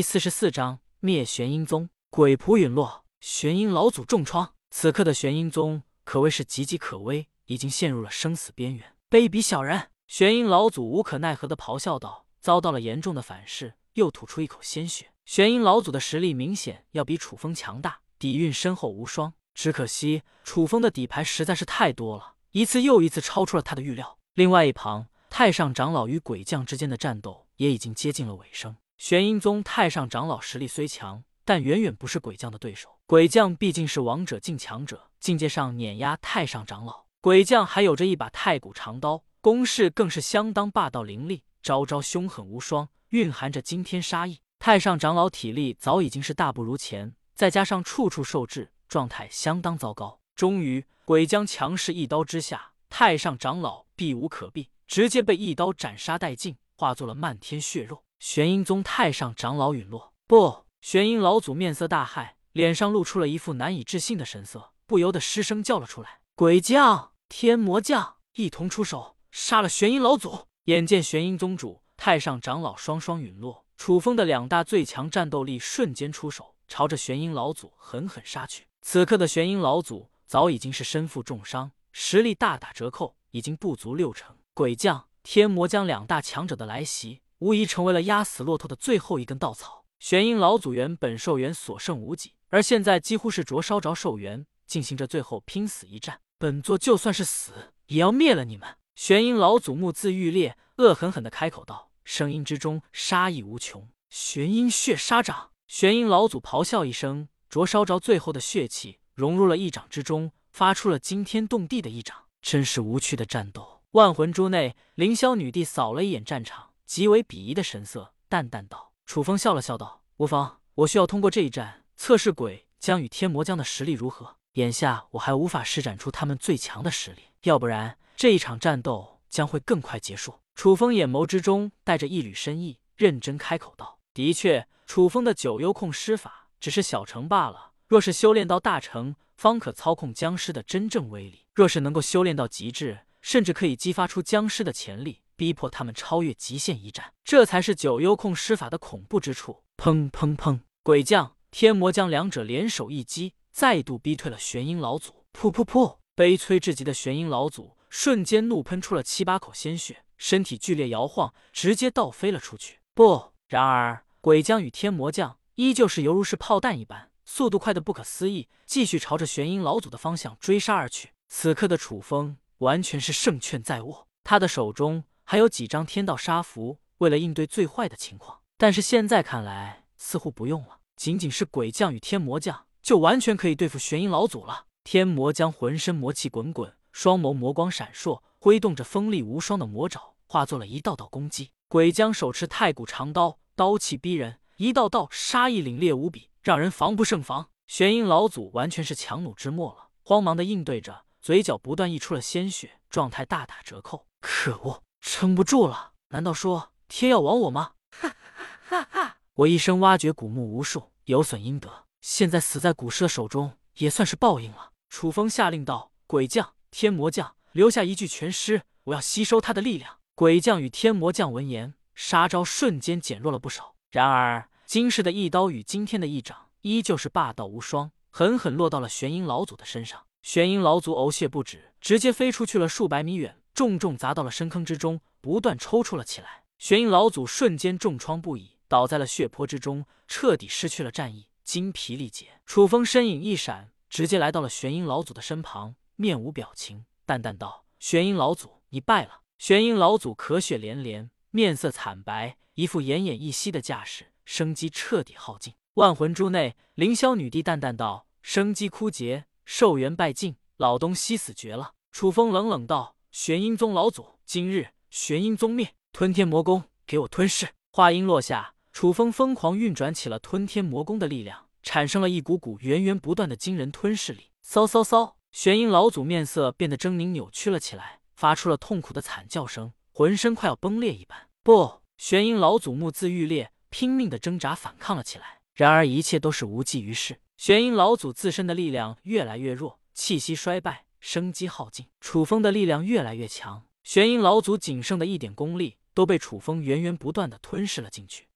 第44章灭玄阴宗。鬼仆陨落，玄阴老祖重创。此刻的玄阴宗可谓是岌岌可危，已经陷入了生死边缘。卑鄙小人！玄阴老祖无可奈何地咆哮道，遭到了严重的反噬，又吐出一口鲜血。玄阴老祖的实力明显要比楚风强大，底蕴深厚无双。只可惜楚风的底牌实在是太多了，一次又一次超出了他的预料。另外一旁，太上长老与鬼将之间的战斗也已经接近了尾声。玄阴宗太上长老实力虽强，但远远不是鬼将的对手。鬼将毕竟是王者境强者，境界上碾压太上长老。鬼将还有着一把太古长刀，攻势更是相当霸道凌厉，招招凶狠无双，蕴含着惊天杀意。太上长老体力早已经是大不如前，再加上处处受制，状态相当糟糕。终于，鬼将强势一刀之下，太上长老避无可避，直接被一刀斩杀殆尽，化作了漫天血肉。玄阴宗太上长老陨落。不！玄阴老祖面色大骇，脸上露出了一副难以置信的神色，不由得失声叫了出来：“鬼将、天魔将，一同出手，杀了玄阴老祖！”眼见玄阴宗主、太上长老双双陨落，楚风的两大最强战斗力瞬间出手，朝着玄阴老祖狠狠杀去。此刻的玄阴老祖早已经是身负重伤，实力大打折扣，已经不足60%。鬼将、天魔将两大强者的来袭，无疑成为了压死骆驼的最后一根稻草。玄阴老祖原本寿元所剩无几，而现在几乎是灼烧着寿元，进行着最后拼死一战。本座就算是死，也要灭了你们！玄阴老祖目眦欲裂，恶狠狠地开口道，声音之中杀意无穷。玄阴血杀掌！玄阴老祖咆哮一声，灼烧着最后的血气融入了一掌之中，发出了惊天动地的一掌。真是无趣的战斗！万魂珠内，凌霄女帝扫了一眼战场，极为鄙夷的神色，淡淡道。楚风笑了笑道：“无妨，我需要通过这一战测试鬼将与天魔将的实力如何。眼下我还无法施展出他们最强的实力，要不然这一场战斗将会更快结束。”楚风眼眸之中带着一缕深意，认真开口道：“的确，楚风的九幽控施法只是小成罢了，若是修炼到大成，方可操控僵尸的真正威力。若是能够修炼到极致，甚至可以激发出僵尸的潜力，逼迫他们超越极限一战，这才是九幽控施法的恐怖之处。”砰砰砰！鬼将、天魔将两者联手一击，再度逼退了玄阴老祖。噗噗噗！悲催至极的玄阴老祖瞬间怒喷出了7、8口鲜血，身体剧烈摇晃，直接倒飞了出去。不，然而鬼将与天魔将依旧是犹如是炮弹一般，速度快得不可思议，继续朝着玄阴老祖的方向追杀而去。此刻的楚风完全是胜券在握，他的手中还有几张天道杀符，为了应对最坏的情况。但是现在看来似乎不用了，仅仅是鬼将与天魔将就完全可以对付玄阴老祖了。天魔将浑身魔气滚滚，双眸魔光闪烁，挥动着锋利无双的魔爪，化作了一道道攻击。鬼将手持太古长刀，刀气逼人，一道道杀意凛冽无比，让人防不胜防。玄阴老祖完全是强弩之末了，慌忙的应对着，嘴角不断溢出了鲜血，状态大打折扣。可恶，撑不住了！难道说天要亡我吗？哈哈哈！我一生挖掘古墓无数，有损阴德，现在死在古尸的手中，也算是报应了。楚风下令道：“鬼将、天魔将，留下一具全尸，我要吸收他的力量。”鬼将与天魔将闻言，杀招瞬间减弱了不少。然而惊世的一刀与惊天的一掌依旧是霸道无双，狠狠落到了玄阴老祖的身上。玄阴老祖呕血不止，直接飞出去了数百米远，重重砸到了深坑之中，不断抽搐了起来。玄阴老祖瞬间重创不已，倒在了血泊之中，彻底失去了战意，精疲力竭。楚风身影一闪，直接来到了玄阴老祖的身旁，面无表情，淡淡道：“玄阴老祖，你败了。”玄阴老祖咳血连连，面色惨白，一副奄奄一息的架势，生机彻底耗尽。万魂珠内，凌霄女帝淡淡道：“生机枯竭，寿元败尽，老东西死绝了。”楚风冷冷道：“玄阴宗老祖，今日玄阴宗灭，吞天魔功，给我吞噬！”话音落下，楚风疯狂运转起了吞天魔功的力量，产生了一股股源源不断的惊人吞噬力。骚骚骚！玄阴老祖面色变得狰狞扭曲了起来，发出了痛苦的惨叫声，浑身快要崩裂一般。不！玄阴老祖目眦欲裂，拼命的挣扎反抗了起来。然而一切都是无济于事，玄阴老祖自身的力量越来越弱，气息衰败，生机耗尽。楚风的力量越来越强，玄阴老祖仅剩的一点功力都被楚风源源不断的吞噬了进去。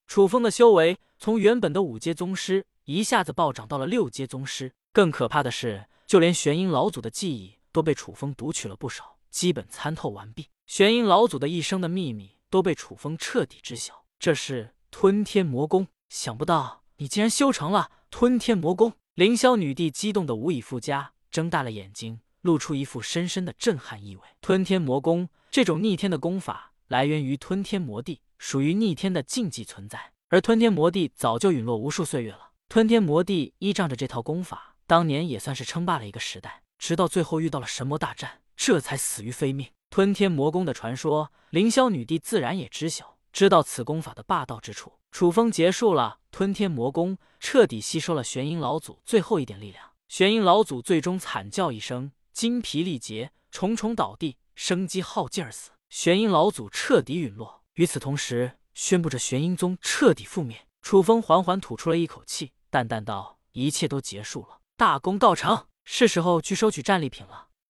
楚风的修为从原本的5阶宗师一下子暴涨到了6阶宗师。更可怕的是，就连玄阴老祖的记忆都被楚风读取了不少，基本参透完毕。玄阴老祖的一生的秘密都被楚风彻底知晓。这是吞天魔功，想不到你竟然修成了吞天魔功！凌霄女帝激动得无以复加，睁大了眼睛，露出一副深深的震撼意味。吞天魔功这种逆天的功法来源于吞天魔地，属于逆天的禁忌存在，而吞天魔地早就陨落无数岁月了。吞天魔地依仗着这套功法，当年也算是称霸了一个时代，直到最后遇到了神魔大战，这才死于非命。吞天魔功的传说，凌霄女帝自然也知晓，知道此功法的霸道之处。楚风结束了吞天魔功，彻底吸收了玄阴老祖最后一点力量。玄阴老祖最终惨叫一声，精疲力竭，重重倒地，生机耗尽而死。玄阴老祖彻底陨落。与此同时，宣布着玄阴宗彻底覆灭。楚风缓缓吐出了一口气，淡淡道：“一切都结束了，大功告成，是时候去收取战利品了。”